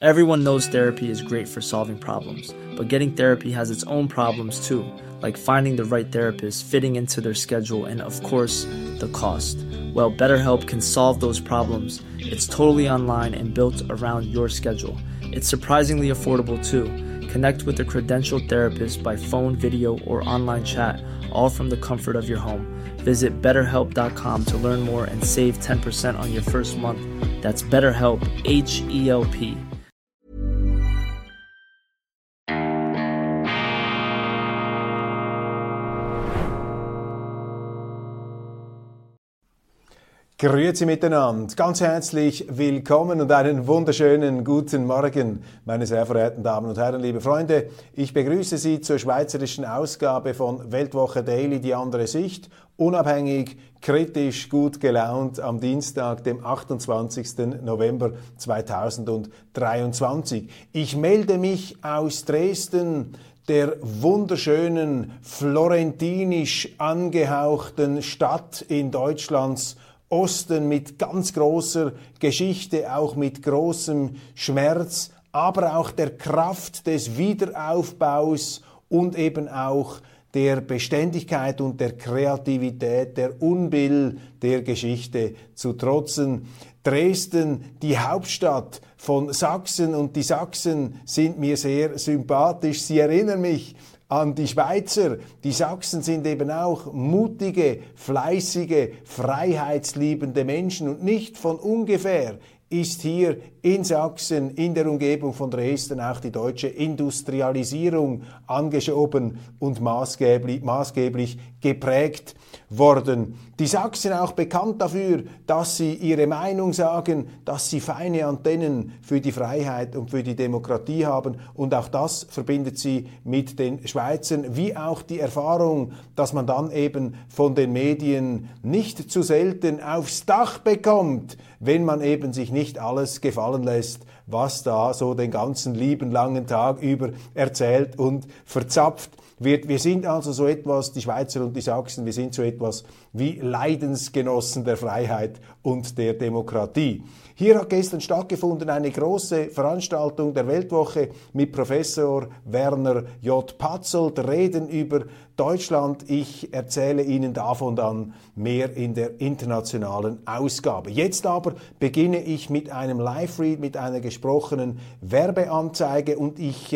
Everyone knows therapy is great for solving problems, but getting therapy has its own problems too, like finding the right therapist, fitting into their schedule, and of course, the cost. Well, BetterHelp can solve those problems. It's totally online and built around your schedule. It's surprisingly affordable too. Connect with a credentialed therapist by phone, video, or online chat, all from the comfort of your home. Visit BetterHelp.com to learn more and save 10% on your first month. That's BetterHelp, H-E-L-P. Grüezi miteinander, ganz herzlich willkommen und einen wunderschönen guten Morgen, meine sehr verehrten Damen und Herren, liebe Freunde. Ich begrüße Sie zur schweizerischen Ausgabe von Weltwoche Daily, die andere Sicht, unabhängig, kritisch, gut gelaunt am Dienstag, dem 28. November 2023. Ich melde mich aus Dresden, der wunderschönen, florentinisch angehauchten Stadt in Deutschlands Osten mit ganz großer Geschichte, auch mit großem Schmerz, aber auch der Kraft des Wiederaufbaus und eben auch der Beständigkeit und der Kreativität, der Unbill der Geschichte zu trotzen. Dresden, die Hauptstadt von Sachsen, und die Sachsen sind mir sehr sympathisch. Sie erinnern mich an die Schweizer. Die Sachsen sind eben auch mutige, fleißige, freiheitsliebende Menschen, und nicht von ungefähr ist hier in Sachsen, in der Umgebung von Dresden, auch die deutsche Industrialisierung angeschoben und maßgeblich geprägt worden. Die Sachsen auch bekannt dafür, dass sie ihre Meinung sagen, dass sie feine Antennen für die Freiheit und für die Demokratie haben, und auch das verbindet sie mit den Schweizern, wie auch die Erfahrung, dass man dann eben von den Medien nicht zu selten aufs Dach bekommt, wenn man eben sich nicht alles gefallen lässt, was da so den ganzen lieben langen Tag über erzählt und verzapft wird. Wir sind also so etwas, die Schweizer und die Sachsen, wir sind so etwas wie Leidensgenossen der Freiheit und der Demokratie. Hier hat gestern stattgefunden eine große Veranstaltung der Weltwoche mit Professor Werner J. Patzold, Reden über Deutschland. Ich erzähle Ihnen davon dann mehr in der internationalen Ausgabe. Jetzt aber beginne ich mit einem Live-Read, mit einer gesprochenen Werbeanzeige, und ich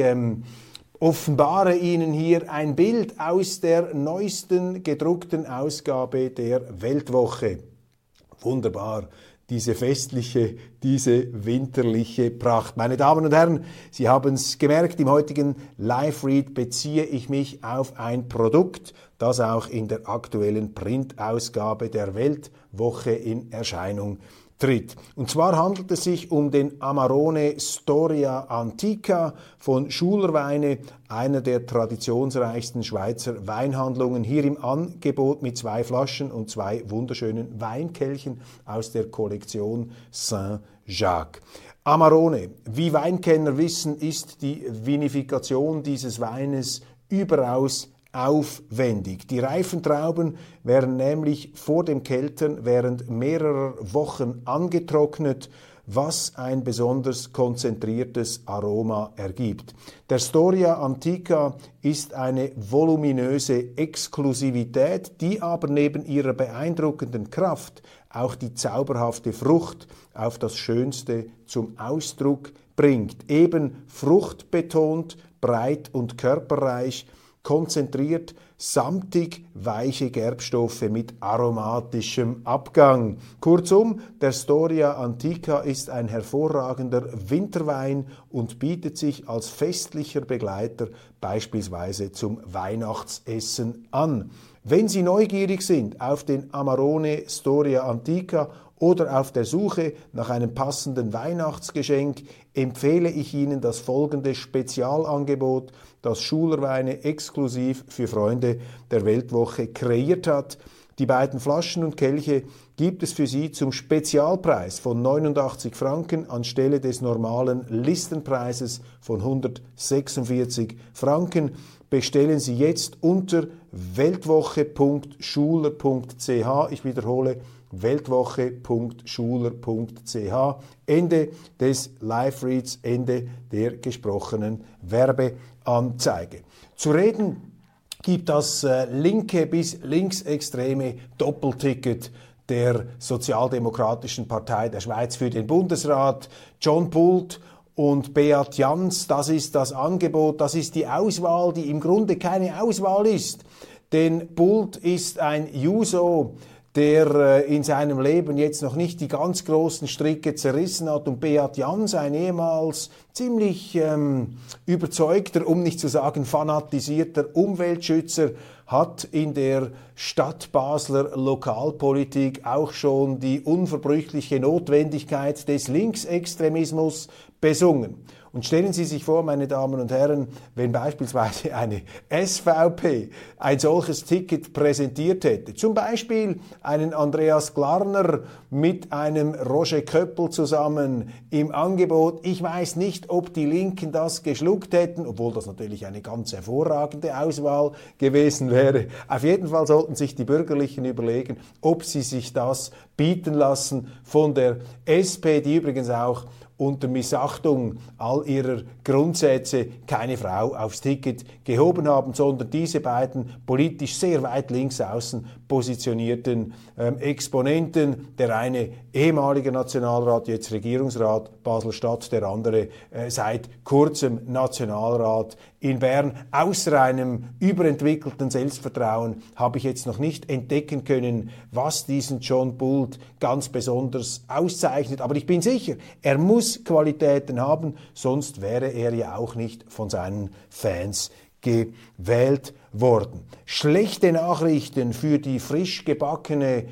offenbare Ihnen hier ein Bild aus der neuesten gedruckten Ausgabe der Weltwoche. Wunderbar, diese festliche, diese winterliche Pracht. Meine Damen und Herren, Sie haben es gemerkt, im heutigen Live-Read beziehe ich mich auf ein Produkt, das auch in der aktuellen Printausgabe der Weltwoche in Erscheinung tritt. Und zwar handelt es sich um den Amarone Storia Antica von Schuler Weine, einer der traditionsreichsten Schweizer Weinhandlungen. Hier im Angebot mit 2 Flaschen und 2 wunderschönen Weinkelchen aus der Kollektion Saint-Jacques. Amarone, wie Weinkenner wissen, ist die Vinifikation dieses Weines überaus aufwendig. Die reifen Trauben werden nämlich vor dem Keltern während mehrerer Wochen angetrocknet, was ein besonders konzentriertes Aroma ergibt. Der Storia Antica ist eine voluminöse Exklusivität, die aber neben ihrer beeindruckenden Kraft auch die zauberhafte Frucht auf das Schönste zum Ausdruck bringt. Eben fruchtbetont, breit und körperreich, konzentriert, samtig weiche Gerbstoffe mit aromatischem Abgang. Kurzum, der Storia Antica ist ein hervorragender Winterwein und bietet sich als festlicher Begleiter beispielsweise zum Weihnachtsessen an. Wenn Sie neugierig sind auf den Amarone Storia Antica oder auf der Suche nach einem passenden Weihnachtsgeschenk, empfehle ich Ihnen das folgende Spezialangebot, das Schuler Weine exklusiv für Freunde der Weltwoche kreiert hat. Die beiden Flaschen und Kelche gibt es für Sie zum Spezialpreis von 89 Franken anstelle des normalen Listenpreises von 146 Franken. Bestellen Sie jetzt unter weltwoche.schuler.ch. Ich wiederhole, weltwoche.schuler.ch. Ende des Live-Reads, Ende der gesprochenen Werbeanzeige. Zu reden gibt das linke bis linksextreme Doppelticket der Sozialdemokratischen Partei der Schweiz für den Bundesrat. John Bult und Beat Jans, das ist das Angebot, das ist die Auswahl, die im Grunde keine Auswahl ist. Denn Bult ist ein Juso, der in seinem Leben jetzt noch nicht die ganz großen Stricke zerrissen hat, und Beat Jans, ein ehemals ziemlich überzeugter, um nicht zu sagen fanatisierter Umweltschützer, hat in der Stadtbasler Lokalpolitik auch schon die unverbrüchliche Notwendigkeit des Linksextremismus besungen. Und stellen Sie sich vor, meine Damen und Herren, wenn beispielsweise eine SVP ein solches Ticket präsentiert hätte, zum Beispiel einen Andreas Glarner mit einem Roger Köppel zusammen im Angebot. Ich weiß nicht, ob die Linken das geschluckt hätten, obwohl das natürlich eine ganz hervorragende Auswahl gewesen wäre. Auf jeden Fall sollten sich die Bürgerlichen überlegen, ob sie sich das bieten lassen von der SP, die übrigens auch unter Missachtung all ihrer Grundsätze keine Frau aufs Ticket gehoben haben, sondern diese beiden politisch sehr weit links außen positionierten Exponenten, der eine ehemaliger Nationalrat, jetzt Regierungsrat Basel-Stadt, der andere seit kurzem Nationalrat in Bern. Außer einem überentwickelten Selbstvertrauen habe ich jetzt noch nicht entdecken können, was diesen John Bult ganz besonders auszeichnet. Aber ich bin sicher, er muss Qualitäten haben, sonst wäre er ja auch nicht von seinen Fans gewählt worden. Schlechte Nachrichten für die frisch gebackene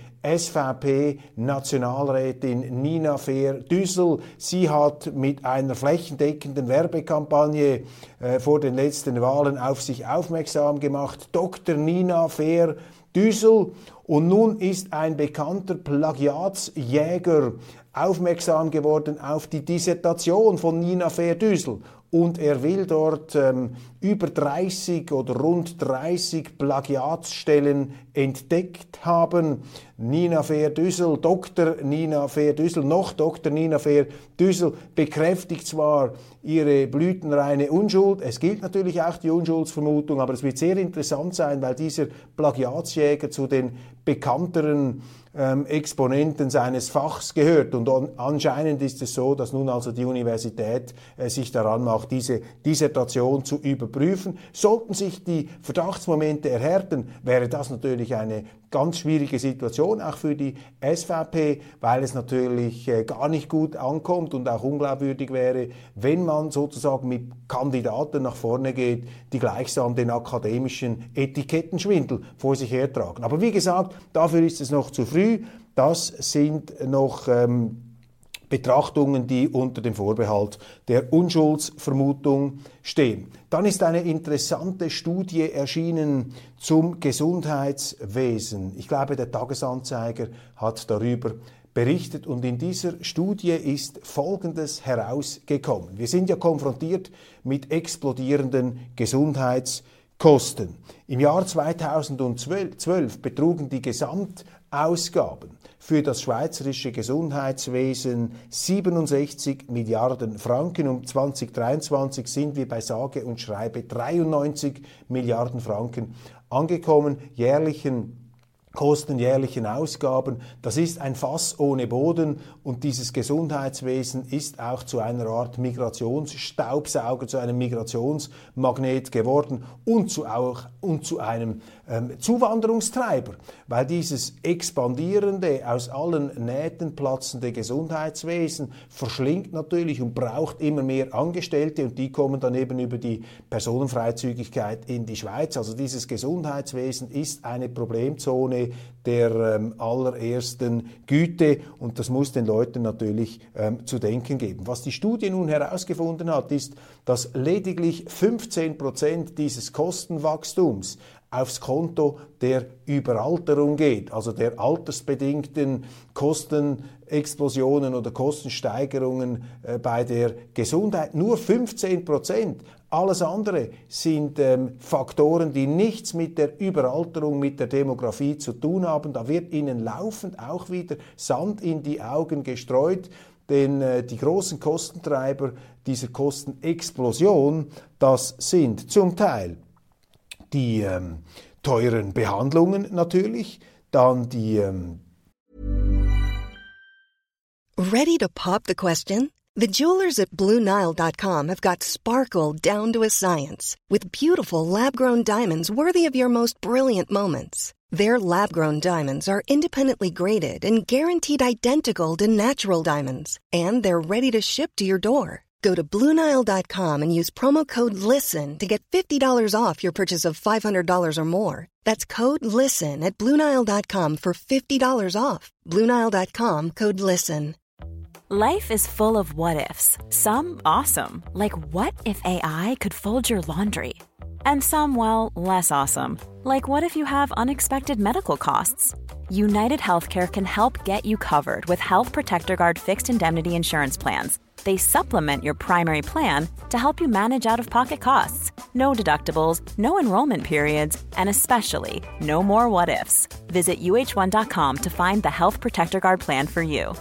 SVP-Nationalrätin Nina Fehr-Düssel. Sie hat mit einer flächendeckenden Werbekampagne vor den letzten Wahlen auf sich aufmerksam gemacht. Dr. Nina Fehr-Düssel. Und nun ist ein bekannter Plagiatsjäger aufmerksam geworden auf die Dissertation von Nina Fehr-Düssel. Und er will dort über 30 oder rund 30 Plagiatsstellen entdeckt haben. Nina Fehr-Düssel, Dr. Nina Fehr-Düssel, noch Dr. Nina Fehr-Düssel bekräftigt zwar ihre blütenreine Unschuld, es gilt natürlich auch die Unschuldsvermutung, aber es wird sehr interessant sein, weil dieser Plagiatsjäger zu den bekannteren Exponenten seines Fachs gehört. Und anscheinend ist es so, dass nun also die Universität sich daran macht, diese Dissertation zu überprüfen. Sollten sich die Verdachtsmomente erhärten, wäre das natürlich eine ganz schwierige Situation, auch für die SVP, weil es natürlich gar nicht gut ankommt und auch unglaubwürdig wäre, wenn man sozusagen mit Kandidaten nach vorne geht, die gleichsam den akademischen Etikettenschwindel vor sich hertragen. Aber wie gesagt, dafür ist es noch zu früh. Das sind noch Betrachtungen, die unter dem Vorbehalt der Unschuldsvermutung stehen. Dann ist eine interessante Studie erschienen zum Gesundheitswesen. Ich glaube, der Tagesanzeiger hat darüber berichtet, und in dieser Studie ist Folgendes herausgekommen. Wir sind ja konfrontiert mit explodierenden Gesundheitskosten. Im Jahr 2012 betrugen die Gesamtausgaben für das schweizerische Gesundheitswesen 67 Milliarden Franken. Um 2023 sind wir bei sage und schreibe 93 Milliarden Franken angekommen, jährlichen Kosten, jährlichen Ausgaben. Das ist ein Fass ohne Boden, und dieses Gesundheitswesen ist auch zu einer Art Migrationsstaubsauger, zu einem Migrationsmagnet geworden und zu einem Zuwanderungstreiber, weil dieses expandierende, aus allen Nähten platzende Gesundheitswesen verschlingt natürlich und braucht immer mehr Angestellte, und die kommen dann eben über die Personenfreizügigkeit in die Schweiz. Also dieses Gesundheitswesen ist eine Problemzone der allerersten Güte, und das muss den Leuten natürlich zu denken geben. Was die Studie nun herausgefunden hat, ist, dass lediglich 15% dieses Kostenwachstums aufs Konto der Überalterung geht, also der altersbedingten Kostenexplosionen oder Kostensteigerungen bei der Gesundheit. Nur 15%. Alles andere sind Faktoren, die nichts mit der Überalterung, mit der Demografie zu tun haben. Da wird Ihnen laufend auch wieder Sand in die Augen gestreut, denn die großen Kostentreiber dieser Kostenexplosion, das sind zum Teil die teuren Behandlungen natürlich, dann die Ready to pop the question? The jewelers at BlueNile.com have got sparkle down to a science with beautiful lab-grown diamonds worthy of your most brilliant moments. Their lab-grown diamonds are independently graded and guaranteed identical to natural diamonds, and they're ready to ship to your door. Go to BlueNile.com and use promo code LISTEN to get $50 off your purchase of $500 or more. That's code LISTEN at BlueNile.com for $50 off. BlueNile.com, code LISTEN. Life is full of what-ifs. Some awesome, like what if AI could fold your laundry? And some, well, less awesome, like what if you have unexpected medical costs? United Healthcare can help get you covered with Health Protector Guard fixed indemnity insurance plans. They supplement your primary plan to help you manage out-of-pocket costs. No deductibles, no enrollment periods, and especially no more what-ifs. Visit uh1.com to find the Health Protector Guard plan for you.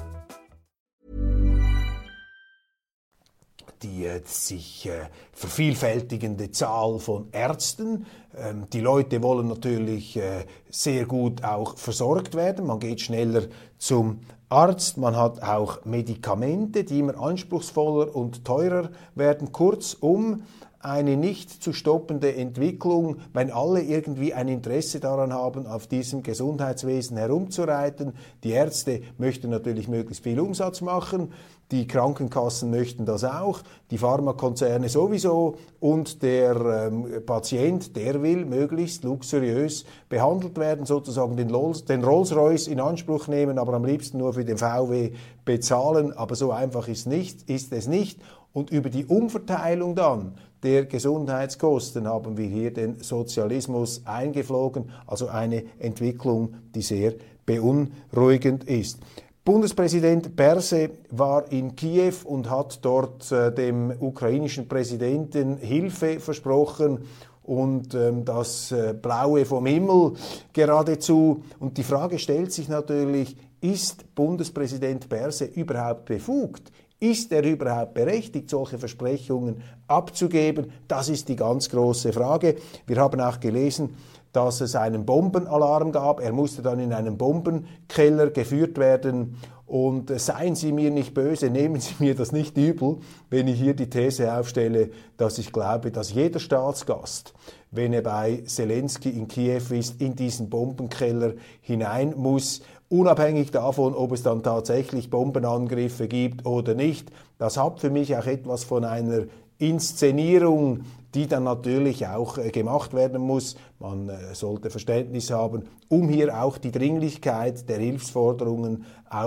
Die sich vervielfältigende Zahl von Ärzten. Die Leute wollen natürlich sehr gut auch versorgt werden. Man geht schneller zum Arzt. Man hat auch Medikamente, die immer anspruchsvoller und teurer werden. Kurzum, eine nicht zu stoppende Entwicklung, wenn alle irgendwie ein Interesse daran haben, auf diesem Gesundheitswesen herumzureiten. Die Ärzte möchten natürlich möglichst viel Umsatz machen, die Krankenkassen möchten das auch, die Pharmakonzerne sowieso und der Patient, der will möglichst luxuriös behandelt werden, sozusagen den Rolls-Royce in Anspruch nehmen, aber am liebsten nur für den VW bezahlen. Aber so einfach ist es nicht. Und über die Umverteilung dann der Gesundheitskosten haben wir hier den Sozialismus eingeflogen, also eine Entwicklung, die sehr beunruhigend ist. Bundespräsident Berse war in Kiew und hat dort dem ukrainischen Präsidenten Hilfe versprochen und das Blaue vom Himmel geradezu. Und die Frage stellt sich natürlich, ist Bundespräsident Berse überhaupt befugt? Ist er überhaupt berechtigt, solche Versprechungen abzugeben? Das ist die ganz große Frage. Wir haben auch gelesen, dass es einen Bombenalarm gab. Er musste dann in einen Bombenkeller geführt werden. Und seien Sie mir nicht böse, nehmen Sie mir das nicht übel, wenn ich hier die These aufstelle, dass ich glaube, dass jeder Staatsgast, wenn er bei Zelensky in Kiew ist, in diesen Bombenkeller hinein muss, unabhängig davon, ob es dann tatsächlich Bombenangriffe gibt oder nicht. Das hat für mich auch etwas von einer Inszenierung, die dann natürlich auch gemacht werden muss. Man sollte Verständnis haben, um hier auch die Dringlichkeit der Hilfsforderungen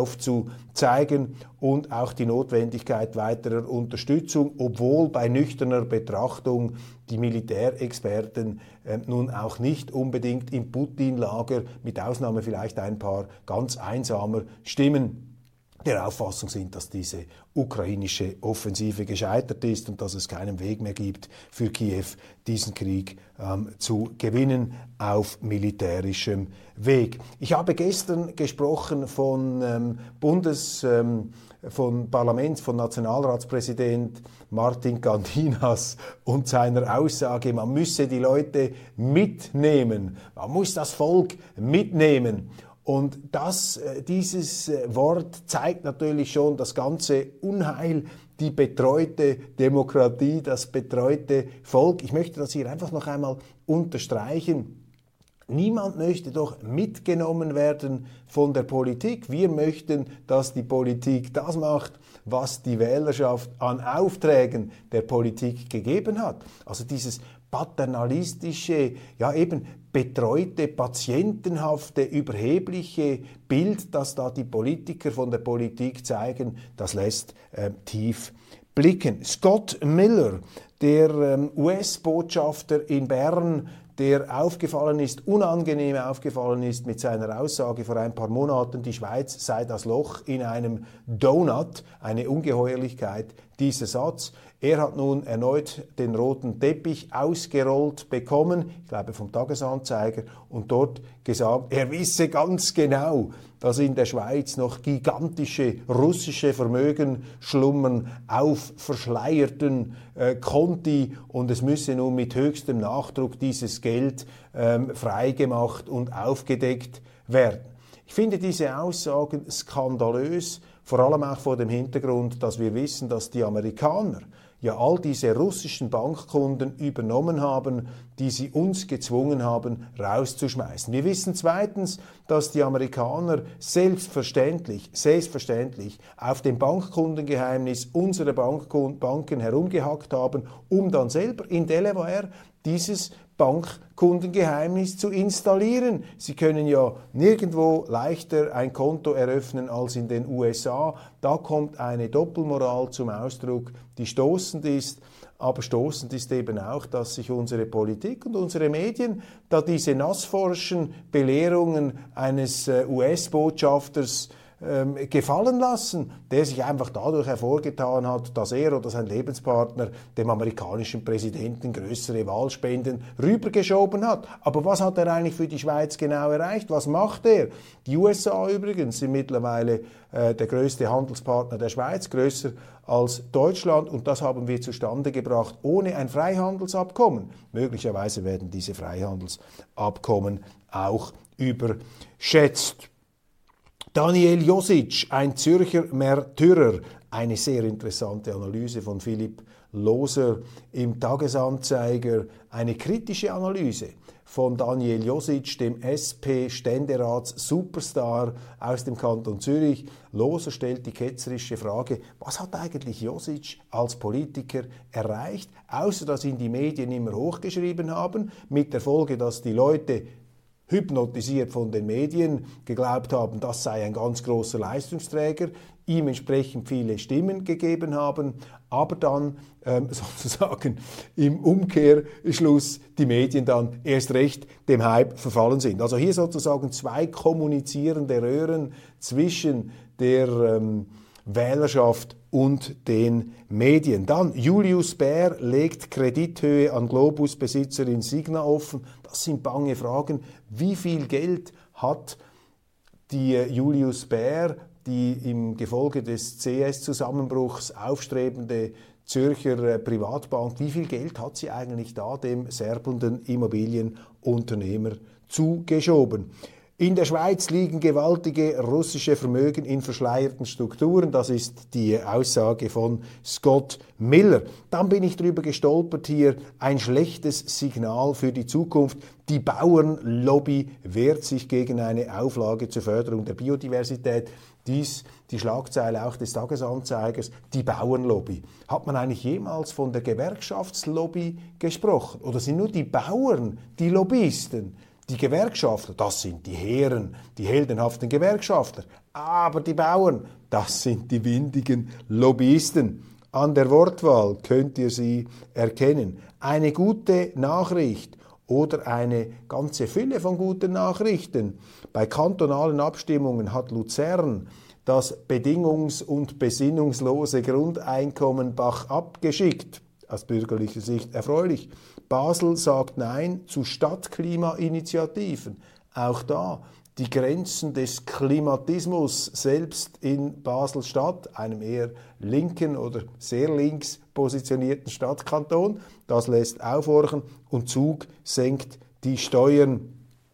aufzuzeigen und auch die Notwendigkeit weiterer Unterstützung, obwohl bei nüchterner Betrachtung die Militärexperten nun auch nicht unbedingt im Putin-Lager, mit Ausnahme vielleicht ein paar ganz einsamer Stimmen, der Auffassung sind, dass diese ukrainische Offensive gescheitert ist und dass es keinen Weg mehr gibt für Kiew, diesen Krieg zu gewinnen auf militärischem Weg. Ich habe gestern gesprochen von von Nationalratspräsident Martin Kandinas und seiner Aussage, man müsse die Leute mitnehmen, man muss das Volk mitnehmen. Und dieses Wort zeigt natürlich schon das ganze Unheil, die betreute Demokratie, das betreute Volk. Ich möchte das hier einfach noch einmal unterstreichen. Niemand möchte doch mitgenommen werden von der Politik. Wir möchten, dass die Politik das macht, was die Wählerschaft an Aufträgen der Politik gegeben hat. Also dieses paternalistische, ja eben betreute, patientenhafte, überhebliche Bild, das da die Politiker von der Politik zeigen, das lässt tief blicken. Scott Miller, der US-Botschafter in Bern, der unangenehm aufgefallen ist mit seiner Aussage vor ein paar Monaten, die Schweiz sei das Loch in einem Donut, eine Ungeheuerlichkeit, dieser Satz. Er hat nun erneut den roten Teppich ausgerollt bekommen, ich glaube vom Tagesanzeiger, und dort gesagt, er wisse ganz genau, dass in der Schweiz noch gigantische russische Vermögen schlummern auf verschleierten Konti, und es müsse nun mit höchstem Nachdruck dieses Geld freigemacht und aufgedeckt werden. Ich finde diese Aussagen skandalös, vor allem auch vor dem Hintergrund, dass wir wissen, dass die Amerikaner ja all diese russischen Bankkunden übernommen haben, die sie uns gezwungen haben, rauszuschmeißen. Wir wissen zweitens, dass die Amerikaner selbstverständlich auf dem Bankkundengeheimnis unserer Banken herumgehackt haben, um dann selber in Delaware dieses Bankkundengeheimnis zu installieren. Sie können ja nirgendwo leichter ein Konto eröffnen als in den USA. Da kommt eine Doppelmoral zum Ausdruck, die stoßend ist. Aber stoßend ist eben auch, dass sich unsere Politik und unsere Medien da diese nassforschen Belehrungen eines US-Botschafters gefallen lassen, der sich einfach dadurch hervorgetan hat, dass er oder sein Lebenspartner dem amerikanischen Präsidenten größere Wahlspenden rübergeschoben hat. Aber was hat er eigentlich für die Schweiz genau erreicht? Was macht er? Die USA übrigens sind mittlerweile der größte Handelspartner der Schweiz, größer als Deutschland, und das haben wir zustande gebracht ohne ein Freihandelsabkommen. Möglicherweise werden diese Freihandelsabkommen auch überschätzt. Daniel Josic, ein Zürcher Märtyrer, eine sehr interessante Analyse von Philipp Loser im Tagesanzeiger, eine kritische Analyse von Daniel Josic, dem SP-Ständerats-Superstar aus dem Kanton Zürich. Loser stellt die ketzerische Frage, was hat eigentlich Josic als Politiker erreicht, außer dass ihn die Medien immer hochgeschrieben haben, mit der Folge, dass die Leute hypnotisiert von den Medien, geglaubt haben, das sei ein ganz großer Leistungsträger, ihm entsprechend viele Stimmen gegeben haben, aber dann sozusagen im Umkehrschluss die Medien dann erst recht dem Hype verfallen sind. Also hier sozusagen zwei kommunizierende Röhren zwischen der Wählerschaft und den Medien. Dann Julius Baer legt Kredithöhe an Globus-Besitzerin Signa offen. Das sind bange Fragen. Wie viel Geld hat die Julius Baer, die im Gefolge des CS-Zusammenbruchs aufstrebende Zürcher Privatbank, wie viel Geld hat sie eigentlich da dem serbenden Immobilienunternehmer zugeschoben? In der Schweiz liegen gewaltige russische Vermögen in verschleierten Strukturen. Das ist die Aussage von Scott Miller. Dann bin ich drüber gestolpert hier, ein schlechtes Signal für die Zukunft. Die Bauernlobby wehrt sich gegen eine Auflage zur Förderung der Biodiversität. Dies die Schlagzeile auch des Tagesanzeigers, die Bauernlobby. Hat man eigentlich jemals von der Gewerkschaftslobby gesprochen? Oder sind nur die Bauern die Lobbyisten? Die Gewerkschaftler, das sind die Heeren, die heldenhaften Gewerkschaftler. Aber die Bauern, das sind die windigen Lobbyisten. An der Wortwahl könnt ihr sie erkennen. Eine gute Nachricht oder eine ganze Fülle von guten Nachrichten. Bei kantonalen Abstimmungen hat Luzern das bedingungs- und besinnungslose Grundeinkommen bachabgeschickt. geschickt. Aus bürgerlicher Sicht erfreulich. Basel sagt Nein zu Stadtklimainitiativen. Auch da die Grenzen des Klimatismus selbst in Basel-Stadt, einem eher linken oder sehr links positionierten Stadtkanton. Das lässt aufhorchen, und Zug senkt die Steuern.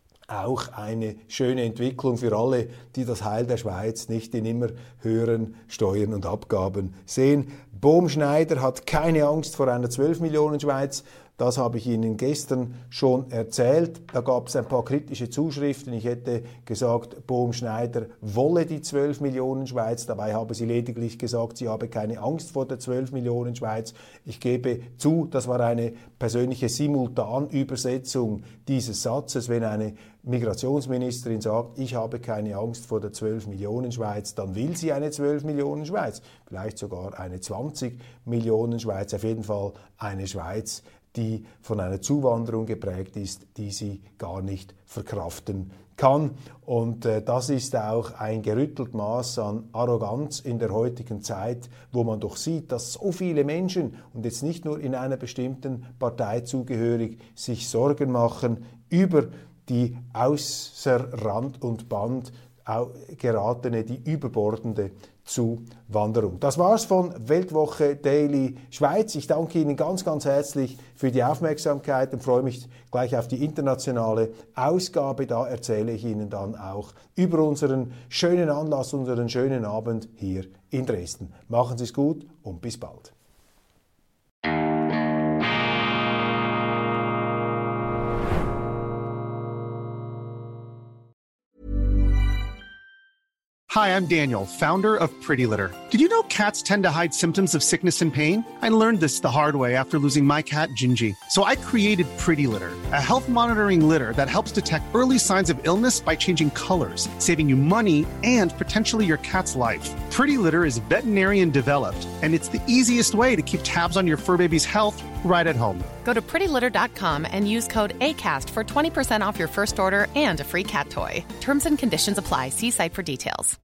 Auch eine schöne Entwicklung für alle, die das Heil der Schweiz nicht in immer höheren Steuern und Abgaben sehen. Bohm-Schneider hat keine Angst vor einer 12-Millionen-Schweiz. Das habe ich Ihnen gestern schon erzählt. Da gab es ein paar kritische Zuschriften. Ich hätte gesagt, Bohm-Schneider wolle die 12-Millionen-Schweiz. Dabei habe sie lediglich gesagt, sie habe keine Angst vor der 12-Millionen-Schweiz. Ich gebe zu, das war eine persönliche Simultanübersetzung dieses Satzes. Wenn eine Migrationsministerin sagt, ich habe keine Angst vor der 12-Millionen-Schweiz, dann will sie eine 12-Millionen-Schweiz. Vielleicht sogar eine 20-Millionen-Schweiz. Auf jeden Fall eine Schweiz, die von einer Zuwanderung geprägt ist, die sie gar nicht verkraften kann. Und das ist auch ein gerüttelt Maß an Arroganz in der heutigen Zeit, wo man doch sieht, dass so viele Menschen, und jetzt nicht nur in einer bestimmten Partei zugehörig, sich Sorgen machen über die außer Rand und Band geratene, die überbordende Zuwanderung. Das war's von Weltwoche Daily Schweiz. Ich danke Ihnen ganz, ganz herzlich für die Aufmerksamkeit und freue mich gleich auf die internationale Ausgabe. Da erzähle ich Ihnen dann auch über unseren schönen Anlass, unseren schönen Abend hier in Dresden. Machen Sie es gut und bis bald. Hi, I'm Daniel, founder of Pretty Litter. Did you know cats tend to hide symptoms of sickness and pain? I learned this the hard way after losing my cat, Gingy. So I created Pretty Litter, a health monitoring litter that helps detect early signs of illness by changing colors, saving you money and potentially your cat's life. Pretty Litter is veterinarian developed, and it's the easiest way to keep tabs on your fur baby's health right at home. Go to prettylitter.com and use code ACAST for 20% off your first order and a free cat toy. Terms and conditions apply. See site for details.